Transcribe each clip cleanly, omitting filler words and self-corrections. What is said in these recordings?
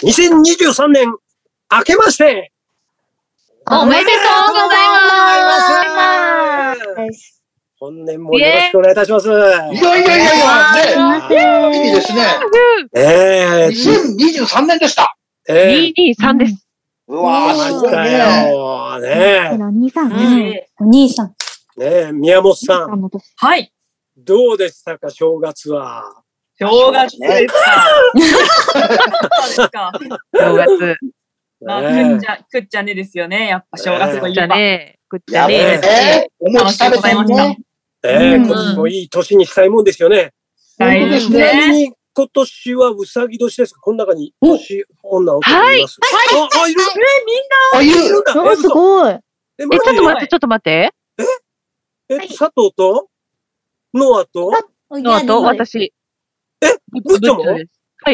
2023年、明けまして、 おめでとうございます。 本年もよろしくお願いいたします。いや、ね、いいですね。2023年でした。 223です。 うわー、すごいね。 お兄さん。 ね、宮本さん。 はい。 どうでしたか、正月は。 正月ですか。 正月。 まあ、くっちゃねですよね。やっぱ正月といえば。 くっちゃね。 お餅食べてましたね。 今年もいい年にしたいもんですよね。 そうですね。ちなみに今年はうさぎ年ですか？この中に年女をいます。 はい。いる。 みんな。いるんだ。 すごい。 ちょっと待って。 佐藤とノアと私。 ぶっちゃんも？ はい。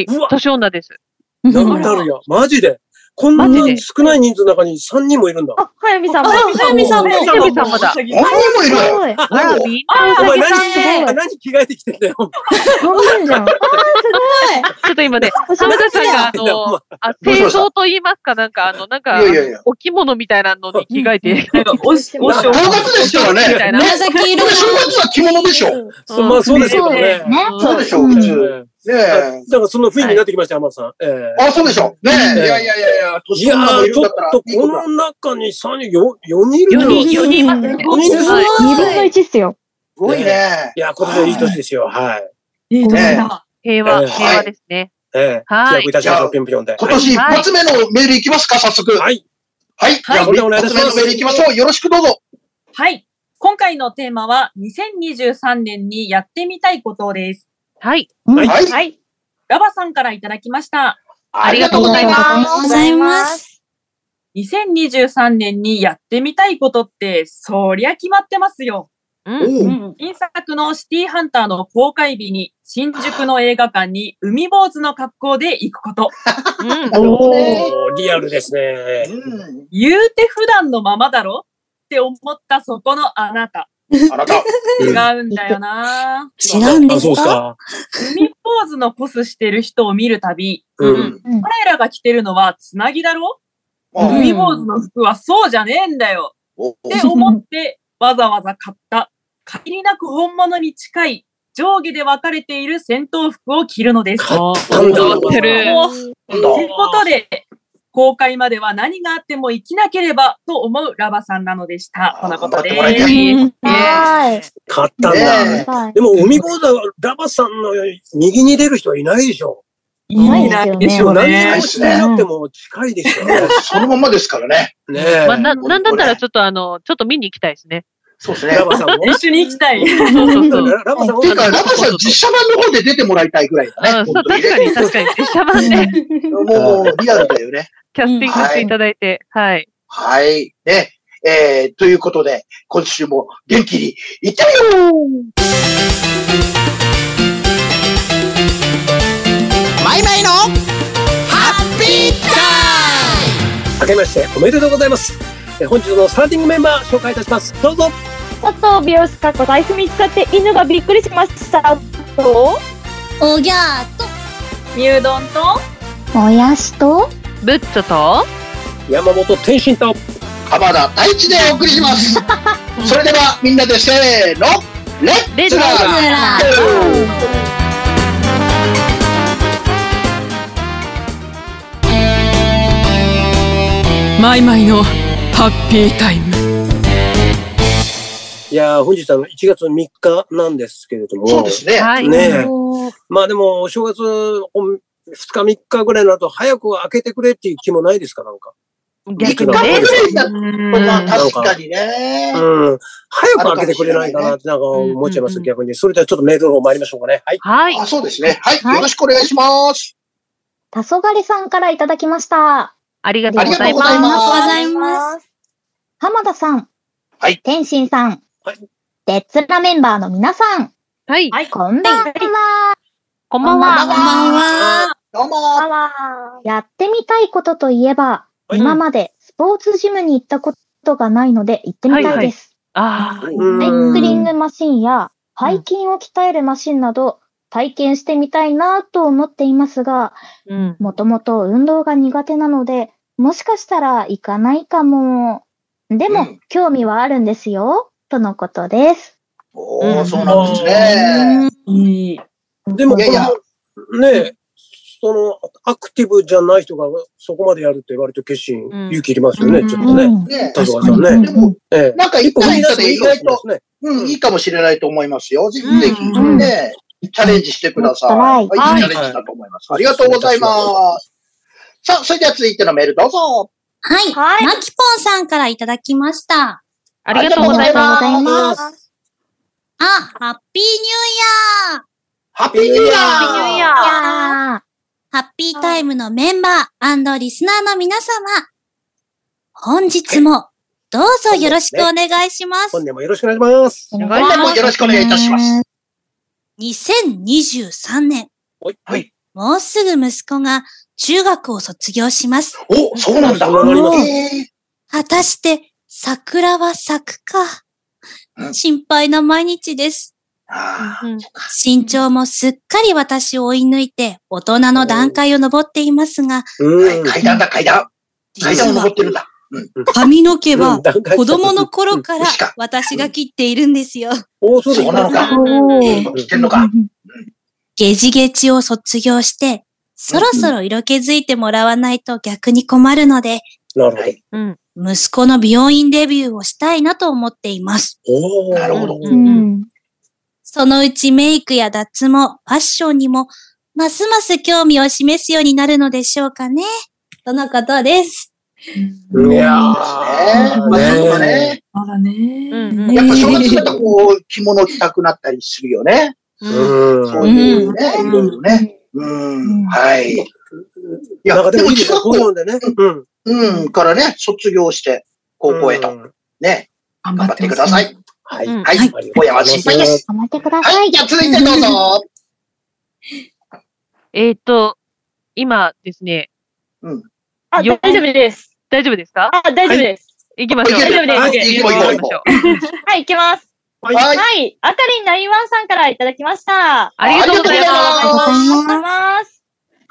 年女です。 なんだろや。マジで。こんな少ない人数の中に3人もいるんだ。 あ、早見さんも。 早見さんもだ。 3人もいる。 お前何着替えてきてんだよ。 半分じゃん。すごい。 ちょっと今ね、浜田さんが清掃と言いますか、なんかお着物みたいなのに着替えて。 正月ですからね。 紫色。 正月は着物でしょ。 まあそうですよね。 そうでしょ、普通。 だからその雰囲気になってきました、浜田さん。 あ、そうでしょ。ねえ。いや、 ちょっとこの中に4人いる 4人いますね。 2分の1っすよ。 すごいね。 いや、今年はいい年ですよ。はい。 いい年だ。 平和ですね。 はい。いたしましょう、ぴょんぴょんで。 今年一発目のメールいきますか、早速。はい。はい。じゃあ、一発目のメールいきましょう。よろしくどうぞ。 はい。今回のテーマは、2023年にやってみたいことです。 はい。 はい。ラバさんからいただきました。 ありがとうございます。 2023年にやってみたいことって、そりゃ決まってますよ。新作のシティハンターの公開日に、新宿の映画館に海坊主の格好で行くこと。 リアルですね。 言うて普段のままだろって思ったそこのあなた。違うんだよな。 違うんですか？ 海坊主のコスしてる人を見るたび、彼らが着てるのはつなぎだろ？海坊主の服はそうじゃねえんだよって思ってわざわざ買った限りなく本物に近い上下で分かれている戦闘服を着るのです。 ってことで、公開までは何があっても生きなければと思うラバさんなのでした。このことで。 買ったんだ。でも、海坊主はラバさんの右に出る人はいないでしょ。 いないでしょうね。 何もしてなくても近いですよね。 そのままですからね。 ねえ。なんだったらちょっと見に行きたいですね。 そうですね。 ラバさんも一緒に行きたい。 ラバさん実写版の方で出てもらいたいぐらいだね。 確かに実写版ね。 もうリアルだよね。 キャスティングしていただいて、はい。 はい。ね。ということで、今週も元気にいってみよう！ マイマイのハッピータイム！ 明けましておめでとうございます。本日のスターティングメンバー紹介いたします。どうぞ。 佐藤美容師かっこ財布見つかって犬がびっくりしましたと、 おぎゃーと、 みうどんと、 もやしと、 ぶっちょと、 山本天心と、 浜田太一でお送りします。それではみんなでせーの、レッツラーマイマイのハッピータイム。 いやー、本日1月3日なんですけれども。 そうですね。 ねえ。まあでも、お正月2日3日ぐらいになると早く開けてくれっていう気もないですか、なんか。 逆にね。確かにね。 早く開けてくれないかなってなんか思っちゃいます、逆に。それではちょっとメールの方参りましょうかね。 はい。 そうですね。はい。よろしくお願いします。 たそがりさんからいただきました。 ありがとうございます。 浜田さん。 はい。 天心さん。 はい。 レッツラメンバーの皆さん。 はい。 こんばんは。 こんばんは。 どうも。 やってみたいことといえば、今までスポーツジムに行ったことがないので行ってみたいです。 サイクリングマシンや背筋を鍛えるマシンなど、 体験してみたいなと思っていますが、もともと運動が苦手なので、もしかしたら行かないかも。でも、興味はあるんですよ、とのことです。 そうなんですね。 でも、ね、アクティブじゃない人がそこまでやるって割と決心、勇気いりますよね、ちょっとね。田所さんね。 でも、なんか一歩踏み出して意外と、いいかもしれないと思いますよ。ぜひぜひね、チャレンジしてください。いいチャレンジだと思います。ありがとうございます。さあ、それでは続いてのメールどうぞ。 はい。マキポンさんからいただきました。 ありがとうございます。 ハッピーニューイヤー。 ハッピーニューイヤー。 ハッピータイムのメンバー&リスナーの皆様。本日もどうぞよろしくお願いします。 本年もよろしくお願いします。 本年もよろしくお願いいたします。 2023年。もうすぐ息子が中学を卒業します。 そうなんだ。 果たして桜は咲くか。心配な毎日です。身長もすっかり私を追い抜いて大人の段階を登っていますが。 階段だ、階段。階段を登ってるんだ。 髪の毛は子供の頃から私が切っているんですよ。 そうなのか。切ってんのか。 ゲジゲジを卒業して、そろそろ色気づいてもらわないと逆に困るので、息子の美容院デビューをしたいなと思っています。 なるほど。 そのうちメイクや脱毛、ファッションにも、ますます興味を示すようになるのでしょうかね。とのことです。 いやー、ね。やっぱ正月だとこう、着物着たくなったりするよね。そういうね、いろいろね。はい。いや、でも中学校でね。からね、卒業して、高校へと。ね。頑張ってください。はい。はい。親は心配です。 頑張ってください。 はい。じゃあ続いてどうぞ。今ですね。 大丈夫です。 大丈夫ですか？ 大丈夫です。 行きましょう。 大丈夫です。はい、行きます。 はい。 あかりんなりわんさんからいただきました。 ありがとうございます。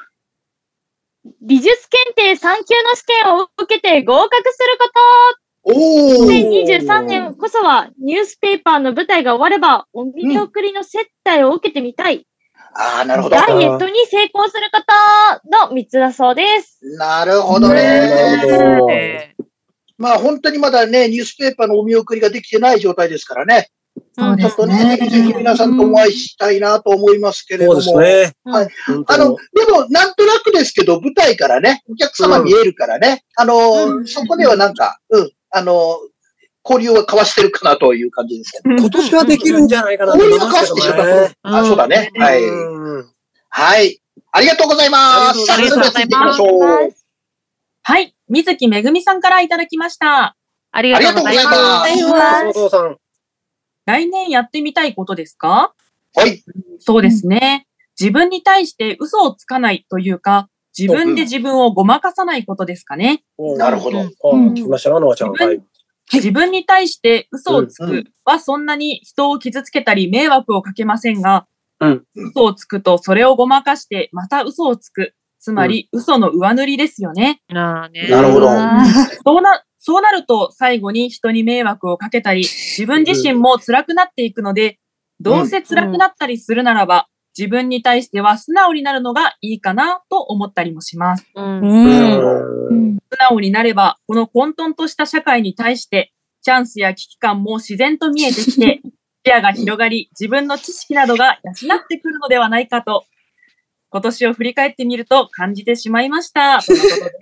美術検定3級の試験を受けて合格すること。2023年こそはニュースペーパーの舞台が終わればお見送りの接待を受けてみたい。 なるほど。 ダイエットに成功することの3つだそうです。 なるほどね。まあ本当にまだね、ニュースペーパーのお見送りができてない状態ですからね。ちょっとね、ぜひ皆さんとお会いしたいなと思いますけれども。 そうですね。 はい。でも、なんとなくですけど、舞台からね、お客様見えるからね、そこではなんか、交流は交わしてるかなという感じですけど。 今年はできるんじゃないかなと思いますけどね。 そうだね。はい。はい。ありがとうございます。 ありがとうございます。 はい。水木めぐみさんからいただきました。 ありがとうございます。 来年やってみたいことですか？ はい。 そうですね。自分に対して嘘をつかないというか、自分で自分をごまかさないことですかね。 なるほど。 聞きましたな、のあちゃん。 自分に対して嘘をつくはそんなに人を傷つけたり迷惑をかけませんが、嘘をつくとそれをごまかしてまた嘘をつく。つまり嘘の上塗りですよね。 なるほど。 そうなると最後に人に迷惑をかけたり、自分自身も辛くなっていくので、どうせ辛くなったりするならば、自分に対しては素直になるのがいいかなと思ったりもします。素直になれば、この混沌とした社会に対して、チャンスや危機感も自然と見えてきて、視野が広がり、自分の知識などが養ってくるのではないかと、今年を振り返ってみると感じてしまいました。とのことです。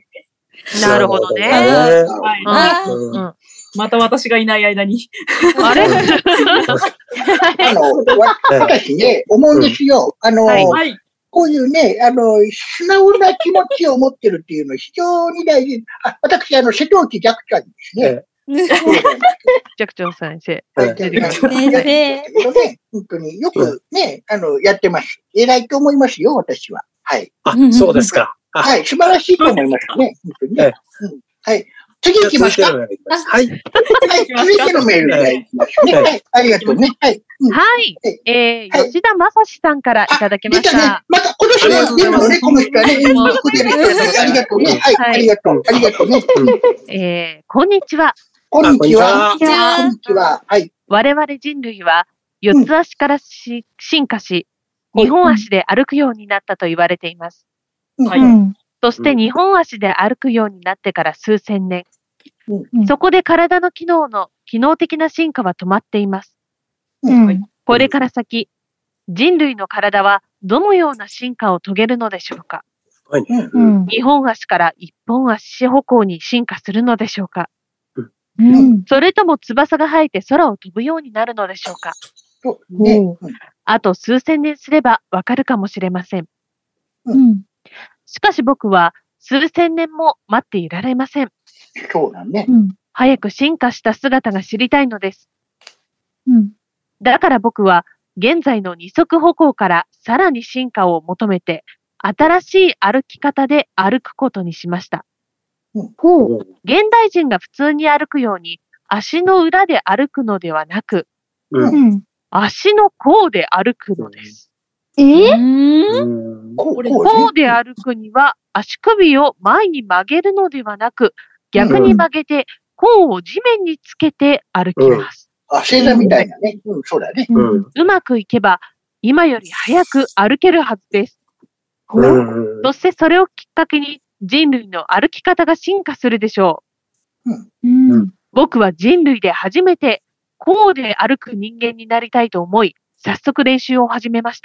なるほどね。 また私がいない間に。 あれ私ね、思うんですよ。こういうね、素直な気持ちを持ってるっていうのは非常に大事。私、瀬戸内寂ちゃんですね。 寂ちゃん先生。 本当によくね、やってます。偉いと思いますよ、私は。はい。 そうですか。 はい、素晴らしいと思いますね。本当にね。はい。 次行きますか。 はい。 はい。続いてのメールが行きましょうね。はい。ありがとうね。はい。 はい。吉田正史さんからいただきました。 出たね。また今年も出るのね、この人はね。ありがとうね。はい。ありがとう。ありがとうね。 こんにちは。 こんにちは。こんにちは。はい。 我々人類は四つ足から進化し、二本足で歩くようになったと言われています。 はい。 そして二本足で歩くようになってから数千年。そこで体の機能的な進化は止まっています。これから先、人類の体はどのような進化を遂げるのでしょうか。二本足から一本足歩行に進化するのでしょうか。それとも翼が生えて空を飛ぶようになるのでしょうか。あと数千年すればわかるかもしれません。しかし僕は数千年も待っていられません。 そうだね。 早く進化した姿が知りたいのです。だから僕は現在の二足歩行からさらに進化を求めて新しい歩き方で歩くことにしました。現代人が普通に歩くように足の裏で歩くのではなく、足の甲で歩くのです。甲で歩くには足首を前に曲げるのではなく、逆に曲げて甲を地面につけて歩きます。 正座みたいなね。そうだね。 うまくいけば今より早く歩けるはずです。そしてそれをきっかけに人類の歩き方が進化するでしょう。僕は人類で初めて甲で歩く人間になりたいと思い、早速練習を始めました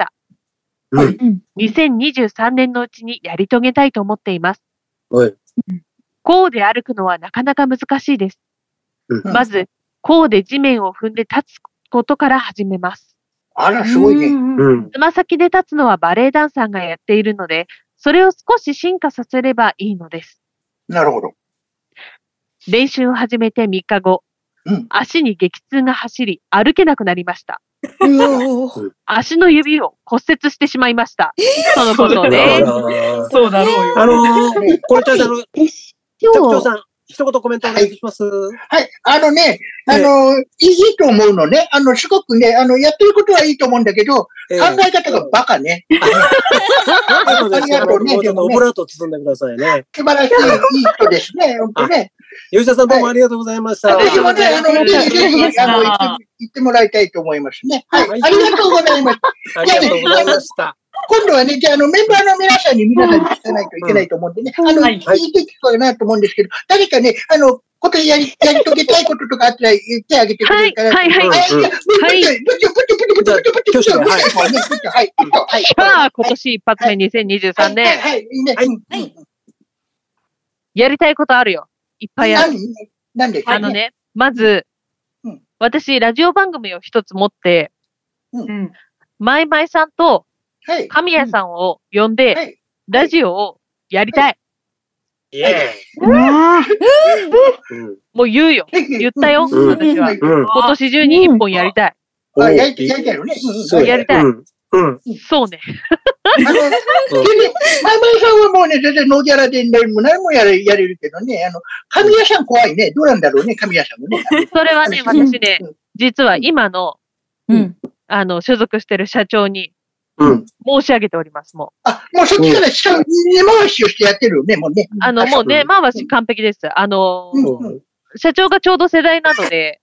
。2023年のうちにやり遂げたいと思っています。甲で歩くのはなかなか難しいです。まず、甲で地面を踏んで立つことから始めます。 あら、すごいね。 つま先で立つのはバレエダンサーがやっているので、それを少し進化させればいいのです。 なるほど。 練習を始めて3日後、足に激痛が走り、歩けなくなりました。足の指を骨折してしまいました。そのことね。 そうだろうよ。これちゃんと局長さん、一言コメントお願いします。 はい。いいと思うのね。すごくね、やってることはいいと思うんだけど、考え方がバカね。 ありがとうね。もうちょっとオブラート包んでくださいね。 素晴らしい、いい人ですね。本当ね。 吉田さんどうもありがとうございました。 ぜひもね、ぜひ、言ってもらいたいと思いますね。はい。ありがとうございます。 ありがとうございました。 今度はね、じゃあ、メンバーの皆さんに聞かないといけないと思うんでね、聞いていくかなと思うんですけど、誰かね、今年やり遂げたいこととかあったら言ってあげてくれるから。はい。 今年一発目2023年。やりたいことあるよ。いっぱいある。 なんでまず、私、ラジオ番組を一つ持って、マイマイさんと、神谷さんを呼んで、ラジオをやりたい。もう言うよ。言ったよ。私は。今年中に一本やりたい。 やりたいのね。 やりたい。そうね。 マイマイさんはもうね、全然ノーギャラで何もやれるけどね、神谷さん怖いね。どうなんだろうね、神谷さんもね。 それはね、私ね、実は今の、所属してる社長に、申し上げております、もう。もうそっちから根回しをしてやってるよね、もうね。 もう根回し完璧です。社長がちょうど世代なので、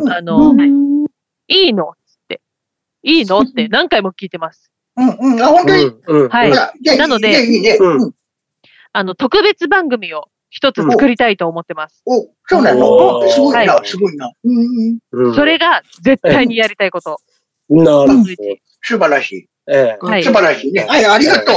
いいのいいのって何回も聞いてます。 本当にはい。なので、特別番組を一つ作りたいと思ってます。 そうなの？すごいな、すごいな。 それが絶対にやりたいこと。 なるほど。 素晴らしい。素晴らしいね。はい、ありがとう。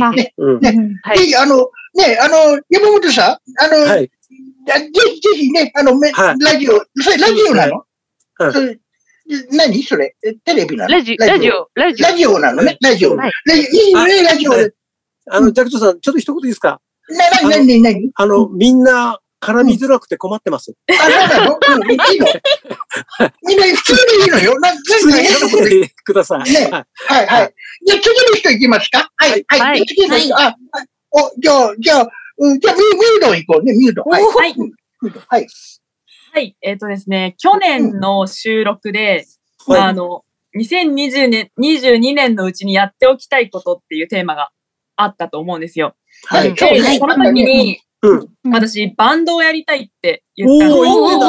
山本さん、ぜひね、ラジオなの？何それテレビなの？ ラジオなのね。ラジオ。いいね、ラジオ。 ジャクトさん、ちょっと一言いいですか？ 何みんな絡みづらくて困ってます。 そうなの？いいの？みんな普通でいいのよ。 普通にしてください。 はい。じゃあ次の人行きますか？はい。次の人。じゃあ、ミュードン行こうね、ミュードン。はい。 はい。 はい。ですね、去年の収録で、2022年のうちにやっておきたいことっていうテーマがあったと思うんですよ。 はい。 で、この時に、私、バンドをやりたいって言ったの。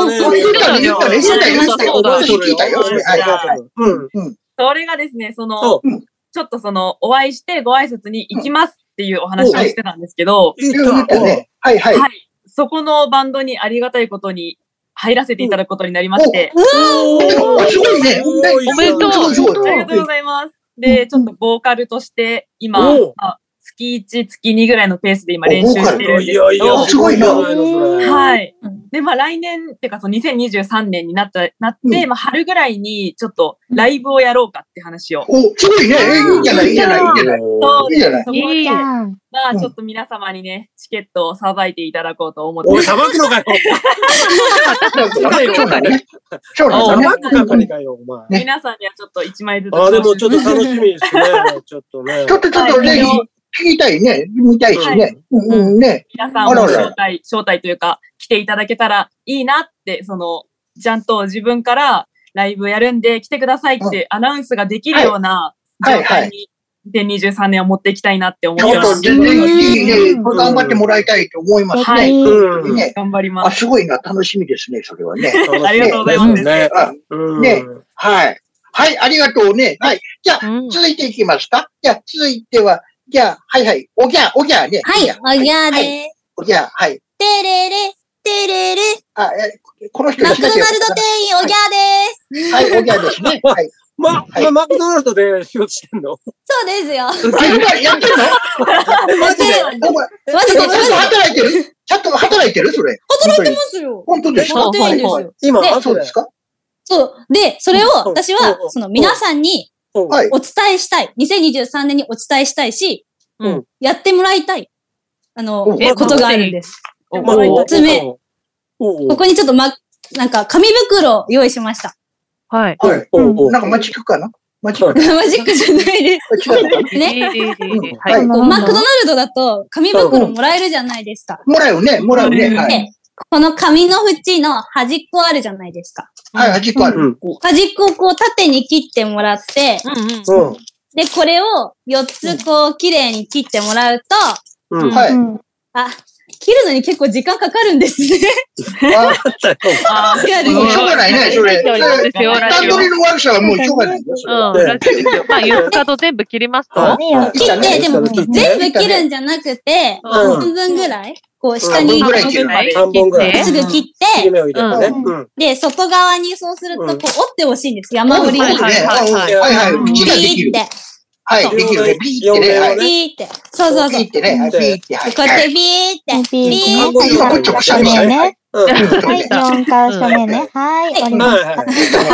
それがですね、ちょっとお会いしてご挨拶に行きますっていうお話をしてたんですけど、 はい。 そこのバンドにありがたいことに入らせていただくことになりまして。 すごいね。 おめでとう。 ありがとうございます。で、ちょっとボーカルとして今、月1、月2ぐらいのペースで今練習してるんですけど。 すごいな。 はい。で、来年っていうか2023年になって、春ぐらいにちょっとライブをやろうかって話を。 すごいね。いいじゃない。 そうです。そこで、ちょっと皆様にね、チケットをさばいていただこうと思って。 おい、さばくのかよ。 皆さんにはちょっと1枚ずつ。 でもちょっと楽しみですね。ちょっとね。 ちょっとね、聞きたいね。見たいしね。 皆さんも招待というか、来ていただけたらいいなって、ちゃんと自分からライブやるんで来てくださいってアナウンスができるような状態に2023年を持っていきたいあって思ってます。 全然いいね。頑張ってもらいたいと思いますね。 はい。頑張ります。 すごいな。楽しみですね、それはね。 ありがとうございます。 ね。はい。はい、ありがとうね。はい。じゃあ、続いていきますか。じゃあ、続いては、じゃあ、はい。おぎゃね。 はい、おぎゃです。 おぎゃ、はい。 てれれ。 この人マクドナルド店員、おぎゃです。 はい、おぎゃですね。はい。 マクドナルドで仕事してんの？ そうですよ。 やってるの？マジで働いてる？ちゃんと働いてる？それ。 働いてますよ。 本当ですか？ 今、そうですか？ そう。で、それを私は、皆さんにお伝えしたい。2023年にお伝えしたいし、やってもらいたい。ことがあるんです。一つ目。ここにちょっとなんか紙袋用意しました。 はい。 なんかマジックかな？マジックじゃないです。ね。マクドナルドだと紙袋もらえるじゃないですか。 もらうね。 で、この紙の縁の端っこあるじゃないですか。 はい、端っこある。 端っこをこう縦に切ってもらって、で、これを4つこう綺麗に切ってもらうと、 はい。 切るのに結構時間かかるんですね。 しょうがないね、それ。段取りの悪さはもうしょうがないよ、それは。 4日と全部切りますと切って、でも全部切るんじゃなくて、半分ぐらいこう下に半分ぐらいすぐ切って、で、外側にそうするとこう折ってほしいんです。山折りに。 はい。 ピーって。 はい、できるね。ピーってね。 ピーって。そう。 ピーってね。ピーって。 こうやってピーって。ピーって。こっちも下目ね。 はい、4箇所目ね。はい、終わりました。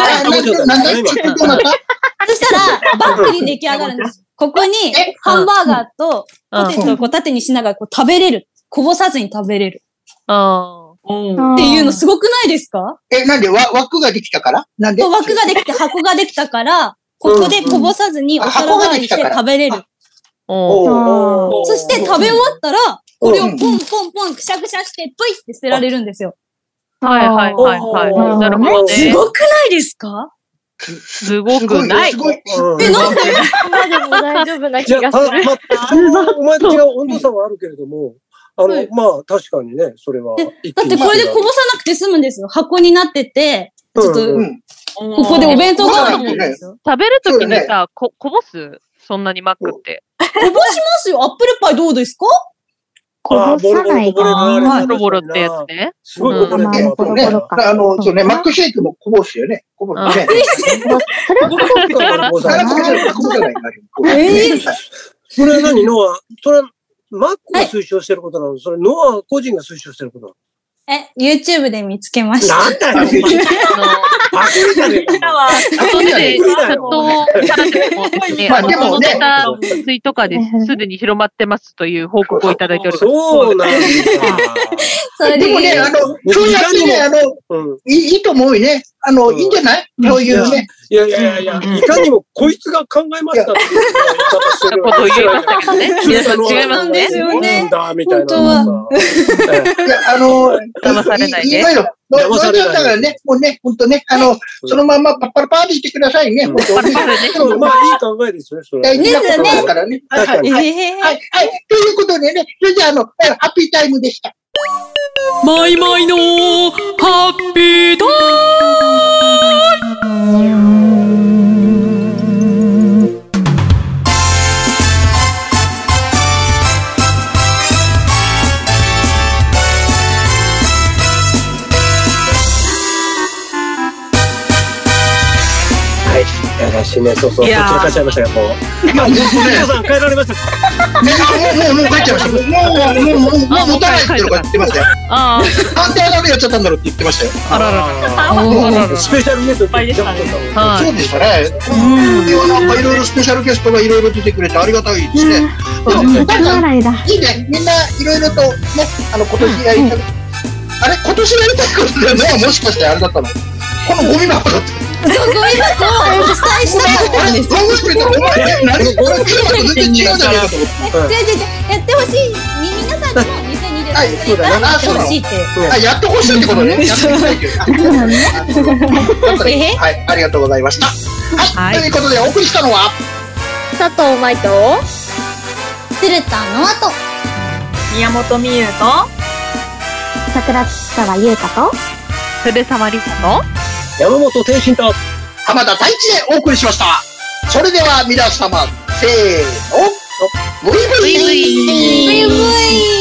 そしたら、バッグに出来上がるんです。ここに、ハンバーガーとポテトをこう縦にしながらこう食べれる。こぼさずに食べれる。っていうのすごくないですか？ なんで枠ができたからなんで？ 枠ができて箱ができたから、ここでこぼさずにお皿代わりして食べれる。そして食べ終わったら、これをポンポンくしゃくしゃしてぷいって捨てられるんですよ。 はい。なるほどね。 すごくないですか？ すごくない。 すごい。 なんで？ 今でも大丈夫な気がする。 お前と違う温度差はあるけれども、確かにね、それは。 だってこれでこぼさなくて済むんですよ。箱になってて、ちょっと、ここでお弁当があるんですよ。 食べるときにさ、こぼす？そんなにマックって。 こぼしますよ。アップルパイどうですか？ こぼさないかな。 ボロボロってやつね。 すごいこぼれてる。 そうね、マックシェイクもこぼすよね。こぼすね。 それはこぼすかそれは何？ノア、それはマックが推奨してることなの？それノア個人が推奨してることなの ？YouTube で見つけました。 なんだよ、 チャットからでもですね、このネタツイートかですでに広まってますという報告をいただいております。 そうなんだ。 でもね、そうやってね、いいと思うよね。いいんじゃない？そういうね。 いや、いかにもこいつが考えましたっていう言い方してることを言いましたけどね。皆さん違いますね。 なんだ、みたいな。 騙されないで。 騙されない。だからね、もうね、ほんとね、そのままパッパラパーでいってくださいね。 パラパラね。まあ、いい考えですよ、それ。 大事なことだからね。はい。ということでね、それじゃハッピータイムでした。 マイマイのハッピータイム。 新年早々、こちらかっちゃいましたよ、もう。皆さん、帰られました。 もう帰っちゃいました。もう持たないっていうのが言ってましたよ。判定はダメやっちゃったんだろうって言ってましたよ。 あら。スペシャルゲストいっぱいでしたね。 そうでしたね。なんかいろいろスペシャルゲストがいろいろ出てくれてありがたいですね。でも、いいね。みんないろいろとね、今年やりたい。あれ今年やりたいことってのはもしかしてあれだったの？このゴミ箱だった。 そう、ゴミ箱をお伝えしたかったんです。 考えてみたら、お前、何これ全然違うじゃねえかと思って。 やってほしい。皆さんにも2023年やってほしいって。 やってほしいってことね。やってほしいっていう。はい、ありがとうございました。はい、ということでお送りしたのは、 佐藤舞と、 鶴田のあと、 宮本美優と、 桜沢優香と、 古澤理沙と、 山本天心と浜田太一でお送りしました。それでは皆様、せーの、ブイブイ。